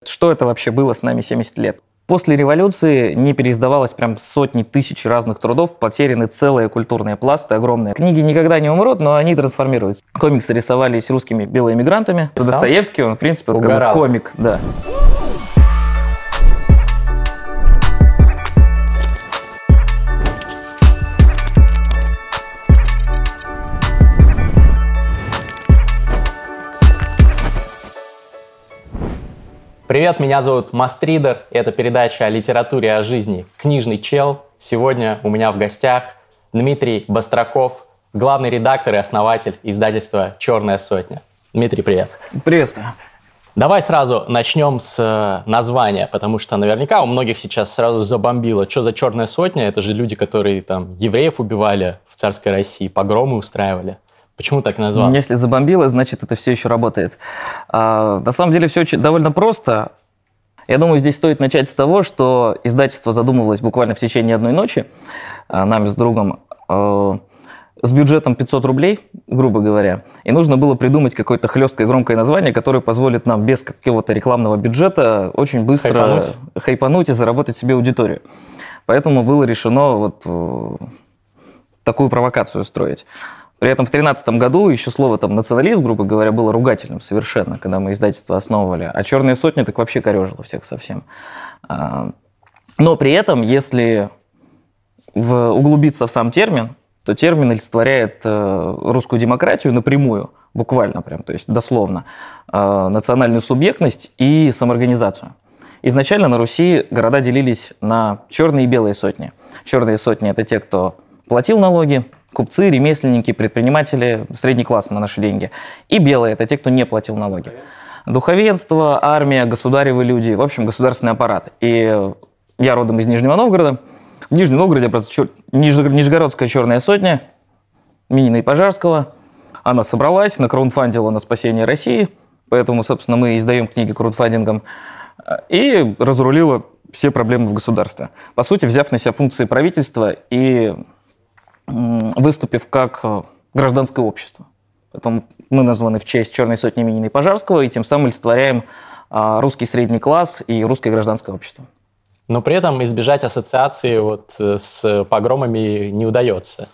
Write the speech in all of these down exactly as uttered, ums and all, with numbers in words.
Что это вообще было с нами семьдесят лет? После революции не переиздавалось прям сотни тысяч разных трудов, потеряны целые культурные пласты огромные. Книги никогда не умрут, но они трансформируются. Комиксы рисовались русскими белоэмигрантами. Достоевский, он, в принципе, вот как бы комик, да. Привет, меня зовут Мастридер, и это передача о литературе и о жизни «Книжный чел». Сегодня у меня в гостях Дмитрий Бастраков, главный редактор и основатель издательства «Черная сотня». Дмитрий, привет. Приветствую. Давай сразу начнем с названия, потому что наверняка у многих сейчас сразу забомбило. Что за «Черная сотня»? Это же люди, которые там евреев убивали в царской России, погромы устраивали. Почему так назвал? Если забомбило, значит, это все еще работает. А, на самом деле все очень довольно просто. Я думаю, здесь стоит начать с того, что издательство задумывалось буквально в течение одной ночи, нами с другом, э, с бюджетом пятьсот рублей, грубо говоря, и нужно было придумать какое-то хлесткое громкое название, которое позволит нам без какого-то рекламного бюджета очень быстро хайпануть, хайпануть и заработать себе аудиторию. Поэтому было решено вот э, такую провокацию устроить. При этом в две тысячи тринадцатом году еще слово там национализм, грубо говоря, было ругательным совершенно, когда мы издательство основывали. А «Черная сотня» так вообще корежило всех совсем. Но при этом, если в, углубиться в сам термин, то термин олицетворяет русскую демократию напрямую, буквально прям, то есть дословно, национальную субъектность и самоорганизацию. Изначально на Руси города делились на черные и белые сотни. Черные сотни – это те, кто платил налоги, купцы, ремесленники, предприниматели, средний класс на наши деньги. И белые – это те, кто не платил налоги. Духовенство, армия, государевы люди, в общем, государственный аппарат. И я родом из Нижнего Новгорода. В Нижнем Новгороде просто чер... Нижегородская «Черная сотня» Минина и Пожарского. Она собралась, накраудфандила на спасение России, поэтому, собственно, мы издаем книги краудфандингом, и разрулила все проблемы в государстве. По сути, взяв на себя функции правительства и выступив как гражданское общество. Потом мы названы в честь «Черной сотни» Минина и Пожарского, и тем самым олицетворяем русский средний класс и русское гражданское общество. Но при этом избежать ассоциации вот с погромами не удается.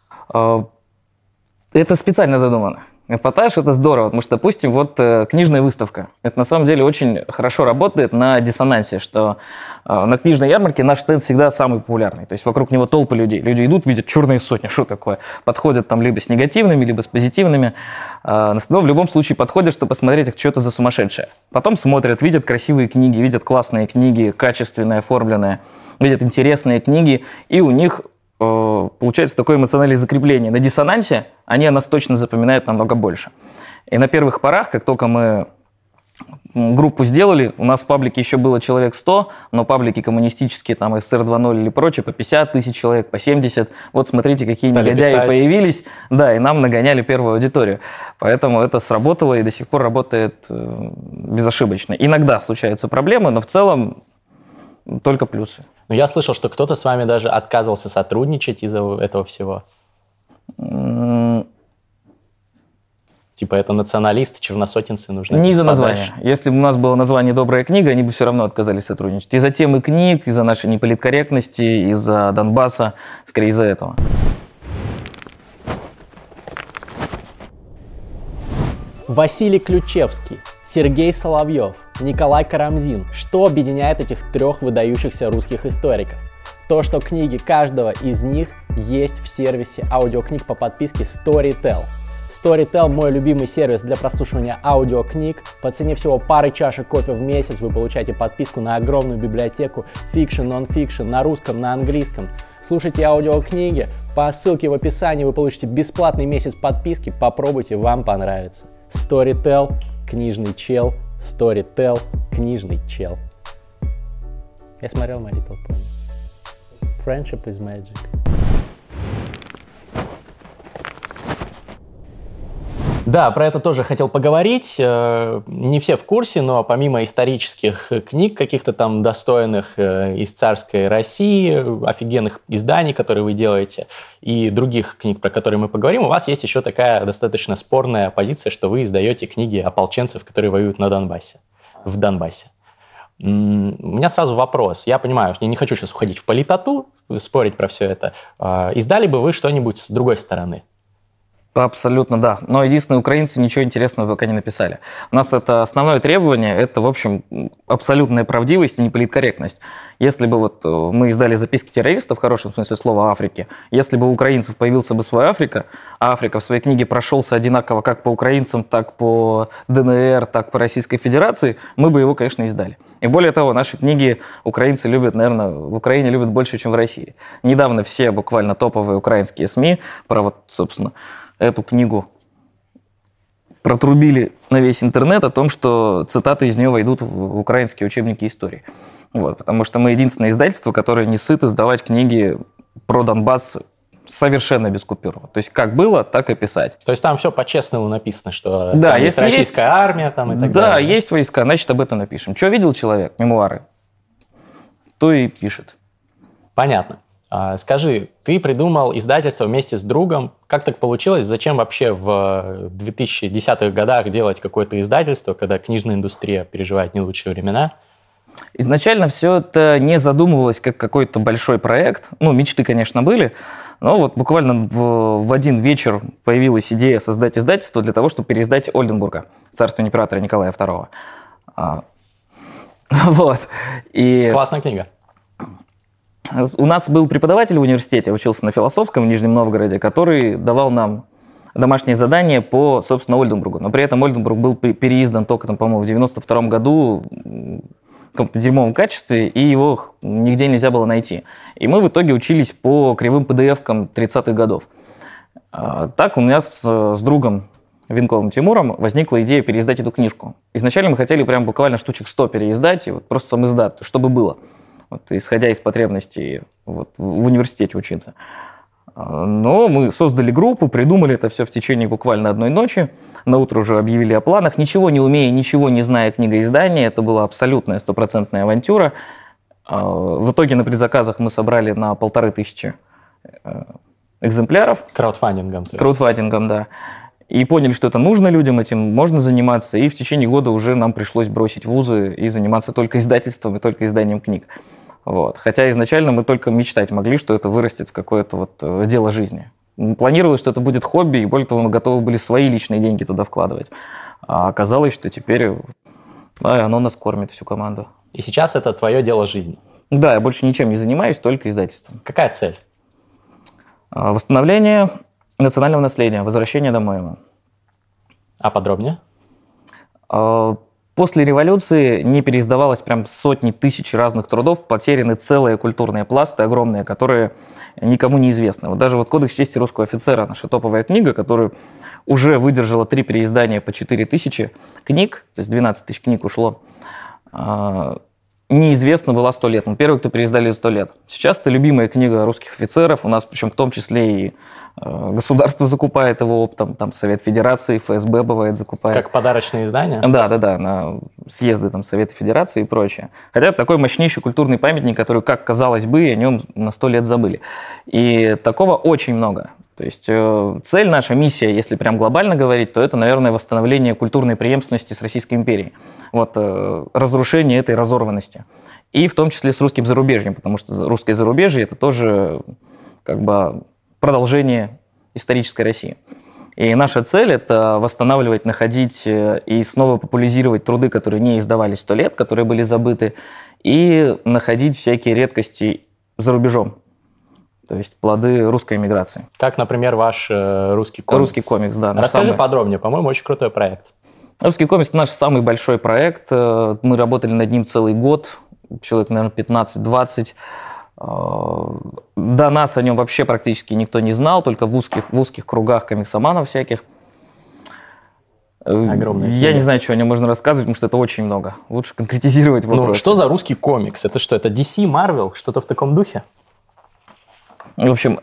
Это специально задумано. Эпатаж – это здорово, потому что, допустим, вот э, книжная выставка. Это на самом деле очень хорошо работает на диссонансе, что э, на книжной ярмарке наш стенд всегда самый популярный. То есть вокруг него толпы людей. Люди идут, видят «Черные сотни», что такое? Подходят там либо с негативными, либо с позитивными. Э, но в любом случае подходят, чтобы посмотреть, что это за сумасшедшее. Потом смотрят, видят красивые книги, видят классные книги, качественные, оформленные, видят интересные книги, и у них получается такое эмоциональное закрепление. На диссонансе они о нас точно запоминают намного больше. И на первых порах, как только мы группу сделали, у нас в паблике еще было человек сто, но паблики коммунистические, там эс эс эр два ноль или прочее, по пятьдесят тысяч человек, по семьдесят. Вот смотрите, какие Стали негодяи писать. Появились. Да, и нам нагоняли первую аудиторию. Поэтому это сработало и до сих пор работает безошибочно. Иногда случаются проблемы, но в целом только плюсы. Но я слышал, что кто-то с вами даже отказывался сотрудничать из-за этого всего. Mm. Типа это националисты, черносотенцы нужны. Не из-за названия. Если бы у нас было название «Добрая книга», они бы все равно отказались сотрудничать. Из-за темы книг, из-за нашей неполиткорректности, из-за Донбасса, скорее из-за этого. Василий Ключевский, Сергей Соловьев, Николай Карамзин. Что объединяет этих трех выдающихся русских историков? То, что книги каждого из них есть в сервисе аудиокниг по подписке Storytel. Storytel – мой любимый сервис для прослушивания аудиокниг. По цене всего пары чашек кофе в месяц вы получаете подписку на огромную библиотеку фикшн, нон-фикшн на русском, на английском. Слушайте аудиокниги. По ссылке в описании вы получите бесплатный месяц подписки. Попробуйте, вам понравится. Storytel, книжный чел. Storytel, книжный чел. Я смотрел My Little Pony. Friendship is magic. Да, про это тоже хотел поговорить. Не все в курсе, но помимо исторических книг, каких-то там достойных из царской России, офигенных изданий, которые вы делаете, и других книг, про которые мы поговорим, у вас есть еще такая достаточно спорная позиция, что вы издаете книги ополченцев, которые воюют на Донбассе, в Донбассе. У меня сразу вопрос. Я понимаю, я не хочу сейчас уходить в политоту, спорить про все это. Издали бы вы что-нибудь с другой стороны? Абсолютно, да. Но единственное, украинцы ничего интересного пока не написали. У нас это основное требование, это, в общем, абсолютная правдивость и неполиткорректность. Если бы вот мы издали записки террористов, в хорошем смысле слова, Африки, если бы у украинцев появился бы свой Африка, а Африка в своей книге прошелся одинаково как по украинцам, так по ДНР, так по Российской Федерации, мы бы его, конечно, издали. И более того, наши книги украинцы любят, наверное, в Украине любят больше, чем в России. Недавно все буквально топовые украинские СМИ про вот, собственно, эту книгу протрубили на весь интернет о том, что цитаты из нее войдут в украинские учебники истории. Вот, потому что мы единственное издательство, которое не сыто сдавать книги про Донбасс совершенно без купюр. То есть как было, так и писать. То есть там все по-честному написано, что да, там есть российская есть, армия там и так да, далее. Да, есть войска, значит, об этом напишем. Что видел человек, мемуары, то и пишет. Понятно. Скажи, ты придумал издательство вместе с другом. Как так получилось? Зачем вообще в две тысячи десятых годах делать какое-то издательство, когда книжная индустрия переживает не лучшие времена? Изначально все это не задумывалось как какой-то большой проект. Ну, мечты, конечно, были. Но вот буквально в, в один вечер появилась идея создать издательство для того, чтобы переиздать Ольденбурга, царствие императора Николая второго. А, вот. И... Классная книга. У нас был преподаватель в университете, учился на философском в Нижнем Новгороде, который давал нам домашние задания по, собственно, Ольденбургу. Но при этом Ольденбург был переиздан только, там, по-моему, в девяносто втором году в каком-то дерьмовом качестве, и его нигде нельзя было найти. И мы в итоге учились по кривым пи ди эф-кам тридцатых годов. Так у нас с другом Венковым Тимуром возникла идея переиздать эту книжку. Изначально мы хотели прям буквально штучек сто переиздать, и вот просто сам издат, чтобы было. Вот, исходя из потребностей вот, в университете учиться. Но мы создали группу, придумали это все в течение буквально одной ночи. Наутро уже объявили о планах. Ничего не умея, ничего не зная книгоиздания, это была абсолютная стопроцентная авантюра. В итоге на предзаказах мы собрали на полторы тысячи экземпляров. Краудфандингом. Краудфандингом, да. И поняли, что это нужно людям, этим можно заниматься. И в течение года уже нам пришлось бросить вузы и заниматься только издательством и только изданием книг. Вот. Хотя изначально мы только мечтать могли, что это вырастет в какое-то вот дело жизни. Планировалось, что это будет хобби, и более того, мы готовы были свои личные деньги туда вкладывать. А оказалось, что теперь да, оно нас кормит, всю команду. И сейчас это твое дело жизни? Да, я больше ничем не занимаюсь, только издательством. Какая цель? Восстановление национального наследия, возвращение домой его. А подробнее? После революции не переиздавалось прям сотни тысяч разных трудов, потеряны целые культурные пласты огромные, которые никому не известны. Вот даже вот «Кодекс чести русского офицера», наша топовая книга, которая уже выдержала три переиздания по четыре тысячи книг, то есть двенадцать тысяч книг ушло, неизвестна была сто лет. Мы первые, кто переиздали за сто лет. Сейчас это любимая книга русских офицеров. У нас, причем в том числе и э, государство закупает его оптом. Там Совет Федерации, эф эс бэ бывает закупает. Как подарочные издания? Да, да, да, на съезды там, Совета Федерации и прочее. Хотя это такой мощнейший культурный памятник, который, как казалось бы, о нем на сто лет забыли. И такого очень много. То есть э, цель наша, миссия, если прям глобально говорить, то это, наверное, восстановление культурной преемственности с Российской империей. Вот, э, разрушение этой разорванности. И в том числе с русским зарубежьем, потому что русское зарубежье – это тоже как бы продолжение исторической России. И наша цель – это восстанавливать, находить и снова популяризировать труды, которые не издавались сто лет, которые были забыты, и находить всякие редкости за рубежом. То есть плоды русской эмиграции. Как, например, ваш э, русский комикс. Русский комикс, да. Расскажи самый... подробнее, по-моему, очень крутой проект. Русский комикс – это наш самый большой проект. Мы работали над ним целый год, человек, наверное, пятнадцать-двадцать. До нас о нем вообще практически никто не знал, только в узких, в узких кругах комиксоманов всяких. Огромное. Я не знаю, что о нем можно рассказывать, потому что это очень много. Лучше конкретизировать вопрос. Ну, что за русский комикс? Это что, это ди си, Marvel, что-то в таком духе? В общем,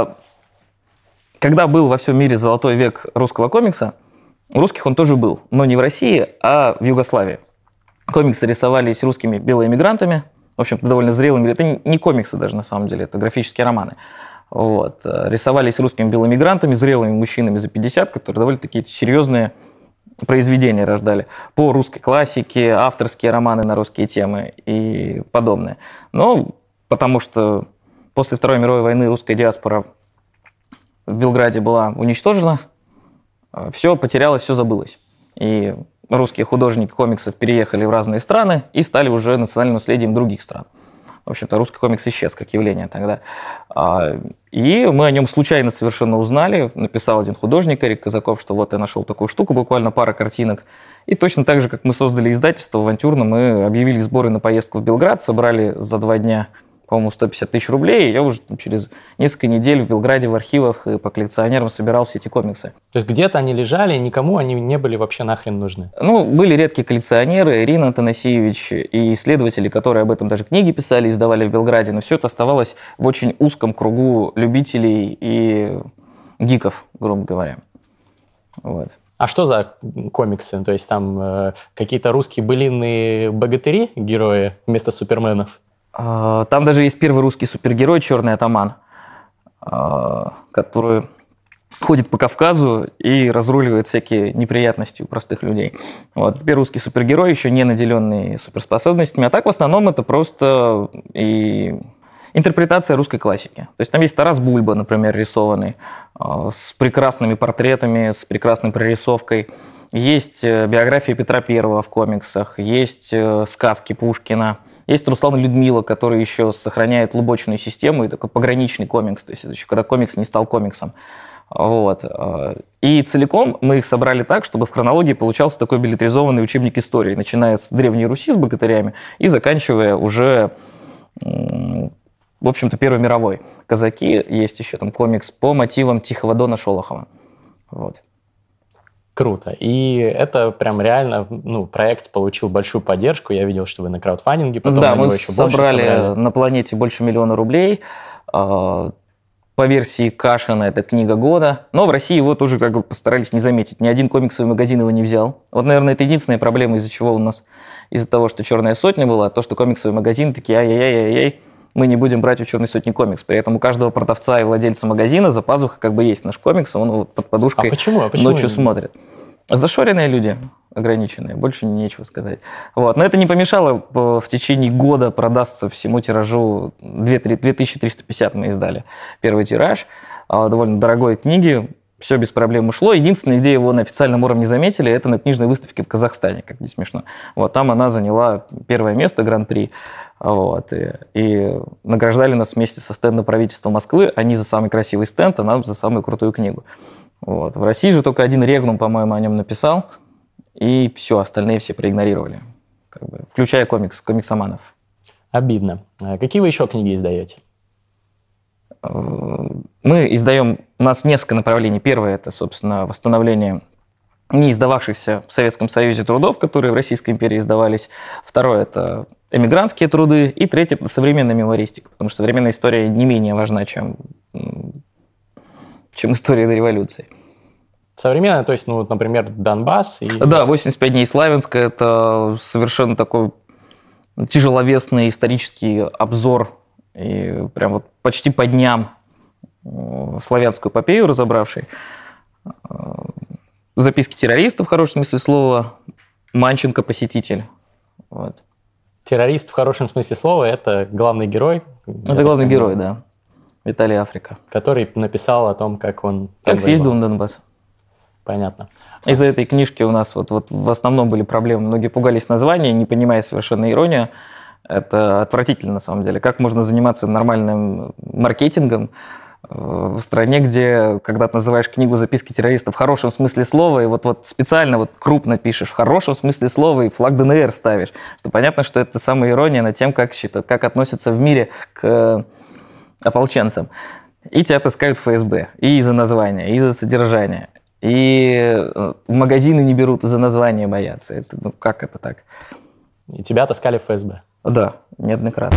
когда был во всем мире золотой век русского комикса, у русских он тоже был, но не в России, а в Югославии. Комиксы рисовались русскими белоэмигрантами, в общем-то, довольно зрелыми. Это не комиксы даже, на самом деле, это графические романы. Вот. Рисовались русскими белоэмигрантами, зрелыми мужчинами за пятьдесят, которые довольно-таки серьезные произведения рождали по русской классике, авторские романы на русские темы и подобное. Но потому что после Второй мировой войны русская диаспора в Белграде была уничтожена, все потерялось, все забылось. И русские художники комиксов переехали в разные страны и стали уже национальным наследием других стран. В общем-то, русский комикс исчез как явление тогда. И мы о нем случайно совершенно узнали. Написал один художник, Эрик Казаков, что вот я нашел такую штуку, буквально пара картинок. И точно так же, как мы создали издательство «Авантюрно», мы объявили сборы на поездку в Белград, собрали за два дня, по-моему, сто пятьдесят тысяч рублей, и я уже через несколько недель в Белграде в архивах и по коллекционерам собирал все эти комиксы. То есть где-то они лежали, никому они не были вообще нахрен нужны? Ну, были редкие коллекционеры, Ирина Атанасьевич и исследователи, которые об этом даже книги писали, издавали в Белграде, но все это оставалось в очень узком кругу любителей и гиков, грубо говоря. Вот. А что за комиксы? То есть там э, какие-то русские былинные богатыри, герои, вместо суперменов? Там даже есть первый русский супергерой, черный атаман, который ходит по Кавказу и разруливает всякие неприятности у простых людей. Вот. Первый русский супергерой, еще не наделенный суперспособностями. А так в основном это просто и интерпретация русской классики. То есть там есть Тарас Бульба, например, рисованный, с прекрасными портретами, с прекрасной прорисовкой. Есть биография Петра Первого в комиксах, есть сказки Пушкина. Есть Руслан и Людмила, который еще сохраняет лубочную систему и такой пограничный комикс, то есть это еще когда комикс не стал комиксом. Вот. И целиком мы их собрали так, чтобы в хронологии получался такой билетризованный учебник истории, начиная с Древней Руси с богатырями и заканчивая уже, в общем-то, Первой мировой. Казаки, есть еще там комикс по мотивам Тихого Дона Шолохова. Вот. Круто. И это прям реально, ну, проект получил большую поддержку. Я видел, что вы на краудфандинге потом да, на него мы еще собрали, больше собрали. На планете больше миллиона рублей. По версии Кашина это книга года. Но в России его тоже как бы постарались не заметить. Ни один комиксовый магазин его не взял. Вот, наверное, это единственная проблема, из-за чего у нас, из-за того, что «Черная сотня» была, то, что комиксовый магазин такие ай-яй-яй-яй-яй, мы не будем брать у «Черной сотни» комикс. При этом у каждого продавца и владельца магазина за пазухой как бы есть наш комикс, он вот под подушкой а почему? А почему? ночью смотрит. Зашоренные люди, ограниченные, больше нечего сказать. Вот. Но это не помешало, в течение года продастся всему тиражу две тысячи триста пятьдесят мы издали. Первый тираж, довольно дорогой книги, все без проблем ушло. Единственное, где его на официальном уровне заметили, это на книжной выставке в Казахстане, как не смешно. Вот. Там она заняла первое место, гран-при. Вот. И, и награждали нас вместе со стендом правительства Москвы. Они за самый красивый стенд, а нам за самую крутую книгу. Вот. В России же только один Регнум, по-моему, о нем написал, и все, остальные все проигнорировали, как бы, включая комикс, комиксоманов. Обидно. А какие вы еще книги издаете? Мы издаем, у нас несколько направлений. Первое – это, собственно, восстановление не издававшихся в Советском Союзе трудов, которые в Российской империи издавались. Второе – это эмигрантские труды. И третье – это современная мемуаристика, потому что современная история не менее важна, чем... чем история до революции. Современная, то есть, ну, вот, например, Донбасс. И... Да, восемьдесят пять дней Славянска – это совершенно такой тяжеловесный исторический обзор, и прям вот почти по дням славянскую эпопею разобравший. Записки террористов, в хорошем смысле слова, Манченко «Посетитель». Вот. Террорист в хорошем смысле слова – это главный герой? Это главный герой, да. Виталий Африка. Который написал о том, как он... Как съездил на Донбасс. Понятно. Из-за этой книжки у нас вот, вот в основном были проблемы. Многие пугались названия, не понимая совершенно иронию. Это отвратительно на самом деле. Как можно заниматься нормальным маркетингом в стране, где, когда ты называешь книгу «Записки террористов» в хорошем смысле слова, и вот, вот специально вот крупно пишешь в хорошем смысле слова, и флаг ДНР ставишь, что понятно, что это самая ирония над тем, как, считают, как относятся в мире к ополченцам. И тебя таскают в ФСБ. И из-за названия, и из-за содержания. И магазины не берут из-за названия, боятся. Это, ну, как это так? И тебя таскали в ФСБ? Да, неоднократно.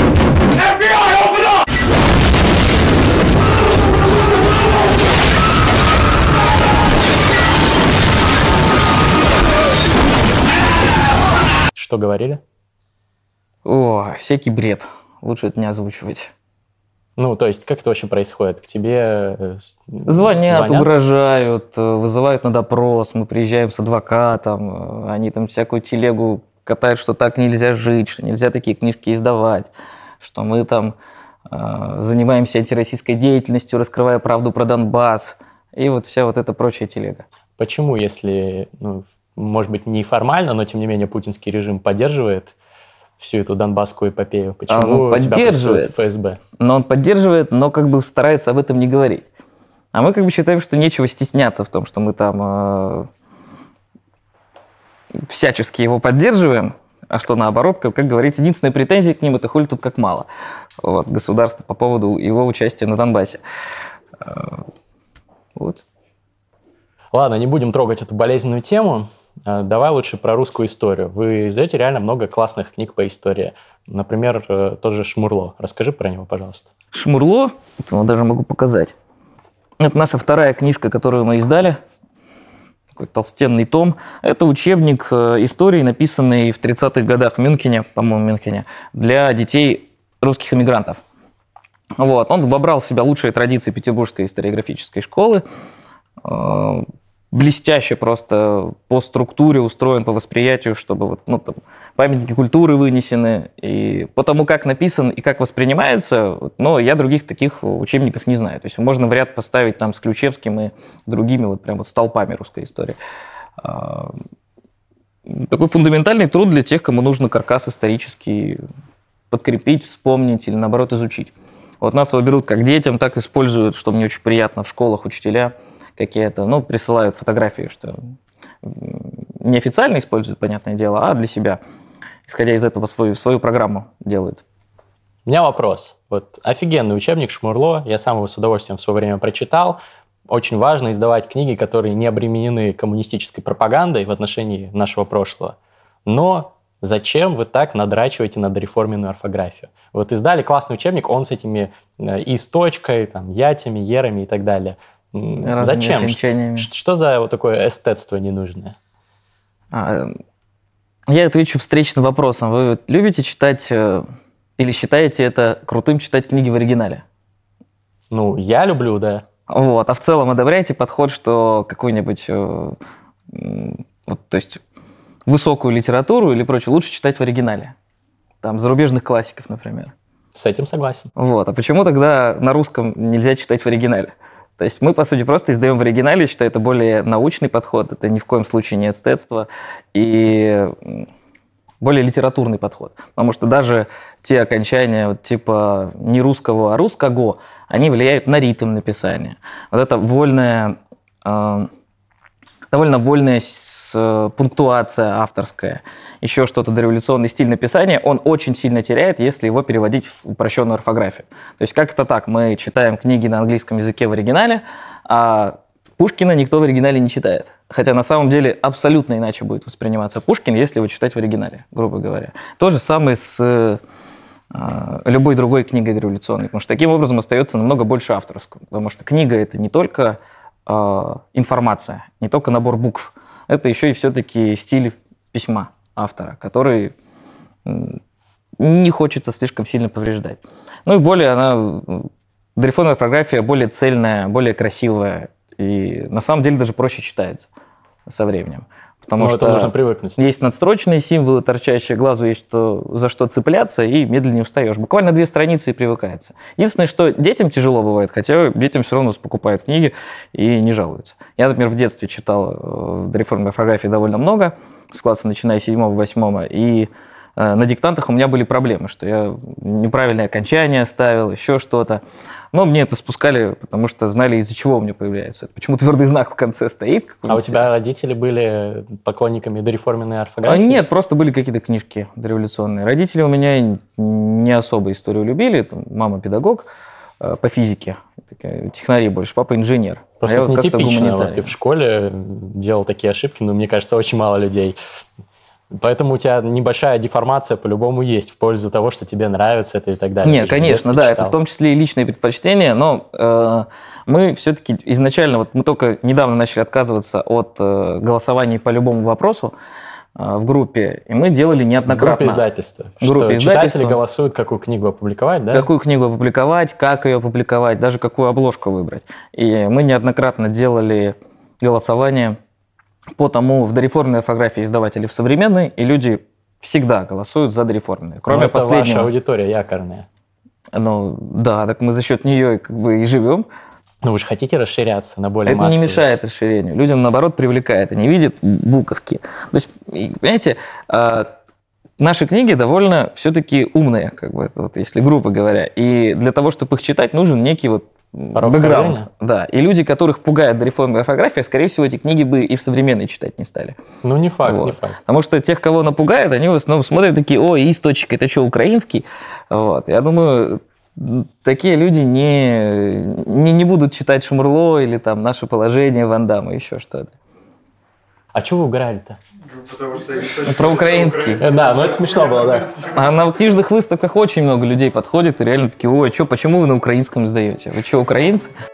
Что говорили? О, всякий бред. Лучше это не озвучивать. Ну, то есть, как это вообще происходит? К тебе звонят, звонят, угрожают, вызывают на допрос, мы приезжаем с адвокатом, они там всякую телегу катают, что так нельзя жить, что нельзя такие книжки издавать, что мы там э, занимаемся антироссийской деятельностью, раскрывая правду про Донбасс, и вот вся вот эта прочая телега. Почему, если, ну, может быть, не формально, но тем не менее путинский режим поддерживает всю эту донбасскую эпопею? Почему он тебя поддерживает эф эс бэ? Но он поддерживает, но как бы старается об этом не говорить. А мы как бы считаем, что нечего стесняться в том, что мы там э, всячески его поддерживаем, а что наоборот, как, как говорится, единственная претензия к ним – это хули тут как мало. Вот, государство по поводу его участия на Донбассе. Вот. Ладно, не будем трогать эту болезненную тему. Давай лучше про русскую историю. Вы издаете реально много классных книг по истории. Например, тот же Шмурло. Расскажи про него, пожалуйста. Шмурло, вот даже могу показать. Это наша вторая книжка, которую мы издали. Такой толстенный том. Это учебник истории, написанный в тридцатых годах в Мюнхене, по-моему, в Мюнхене, для детей русских эмигрантов. Вот. Он вобрал в себя лучшие традиции Петербургской историографической школы. Блестяще просто по структуре устроен, по восприятию, чтобы вот, ну, там, памятники культуры вынесены, и по тому, как написан и как воспринимается, но я других таких учебников не знаю. То есть можно в ряд поставить там с Ключевским и другими вот прям вот столпами русской истории. Такой фундаментальный труд для тех, кому нужно каркас исторический подкрепить, вспомнить или, наоборот, изучить. Вот нас его берут как детям, так используют, что мне очень приятно, в школах учителя какие-то, ну, присылают фотографии, что неофициально используют, понятное дело, а для себя, исходя из этого, свою, свою программу делают. У меня вопрос. Вот офигенный учебник Шмурло, я сам его с удовольствием в свое время прочитал. Очень важно издавать книги, которые не обременены коммунистической пропагандой в отношении нашего прошлого. Но зачем вы так надрачиваете на дореформенную орфографию? Вот издали классный учебник, он с этими и с точкой, там, ятями, ерами и так далее. Зачем? Что, что за вот такое эстетство ненужное? А, я отвечу встречным вопросом. Вы любите читать или считаете это крутым читать книги в оригинале? Ну, я люблю, да. Вот. А в целом одобряете подход, что какую-нибудь, вот, то есть высокую литературу или прочее лучше читать в оригинале? Там зарубежных классиков, например. С этим согласен. Вот. А почему тогда на русском нельзя читать в оригинале? То есть мы, по сути, просто издаем в оригинале, считаю, это более научный подход, это ни в коем случае не эстетство, и более литературный подход. Потому что даже те окончания вот, типа не русского, а русского, они влияют на ритм написания. Вот это вольная, э, довольно вольная пунктуация авторская, еще что-то, дореволюционный стиль написания, он очень сильно теряет, если его переводить в упрощенную орфографию. То есть как это так? Мы читаем книги на английском языке в оригинале, а Пушкина никто в оригинале не читает. Хотя на самом деле абсолютно иначе будет восприниматься Пушкин, если его читать в оригинале, грубо говоря. То же самое с э, любой другой книгой дореволюционной, потому что таким образом остается намного больше авторского. Потому что книга – это не только э, информация, не только набор букв, это еще и все-таки стиль письма автора, который не хочется слишком сильно повреждать. Ну и более она, дореволюционная орфография более цельная, более красивая, и на самом деле даже проще читается со временем. Потому Но что это нужно привыкнуть. Есть надстрочные символы, торчащие глазу, есть что, за что цепляться, и медленнее устаешь. Буквально две страницы и привыкается. Единственное, что детям тяжело бывает, хотя детям все равно покупают книги и не жалуются. Я, например, в детстве читал в дореволюционной орфографии довольно много, с класса начиная с седьмого, восьмого, и на диктантах у меня были проблемы, что я неправильное окончание ставил, еще что-то. Но мне это спускали, потому что знали, из-за чего у меня появляется. Почему твердый знак в конце стоит. А у тебя родители были поклонниками дореформенной орфографии? Нет, просто были какие-то книжки дореволюционные. Родители у меня не особо историю любили. Там, мама педагог по физике, технари больше, папа инженер. Просто а это вот нетипично. Вот ты в школе делал такие ошибки, но мне кажется, очень мало людей. Поэтому у тебя небольшая деформация по-любому есть в пользу того, что тебе нравится это и так далее. Нет, конечно, да, читал. Это в том числе и личные предпочтения, но э, мы все-таки изначально, вот мы только недавно начали отказываться от э, голосования по любому вопросу, в группе, и мы делали неоднократно. В группе издательства. В группе что издательства. Читатели голосуют, какую книгу опубликовать, да? Какую книгу опубликовать, как ее опубликовать, даже какую обложку выбрать. И мы неоднократно делали голосование по тому, в дореформной орфографии издавателей, в современной, и люди всегда голосуют за дореформные. Кроме Но это последнего. ваша аудитория якорная. Ну, да, так мы за счет нее как бы и живем. Ну, вы же хотите расширяться на более Это массовые. не мешает расширению. Людям, наоборот, привлекает. Они видят буковки. То есть, понимаете, наши книги довольно все-таки умные, как бы, вот, если грубо говоря. И для того, чтобы их читать, нужен некий вот бэкграунд. Да. И люди, которых пугает дореформная орфография, скорее всего, эти книги бы и в современной читать не стали. Ну, не факт, вот. не факт. Потому что тех, кого напугает, они в основном смотрят такие: ой, источник, это что, украинский? Вот. Я думаю, такие люди не, не, не будут читать Шмурло или там «Наше положение», Ван Дамма, еще что-то. А что вы угорали-то? Потому что Про украинский. Да, ну это смешно было, да. А на книжных выставках очень много людей подходит и реально такие: ой, что, почему вы на украинском издаете? Вы что, украинцы?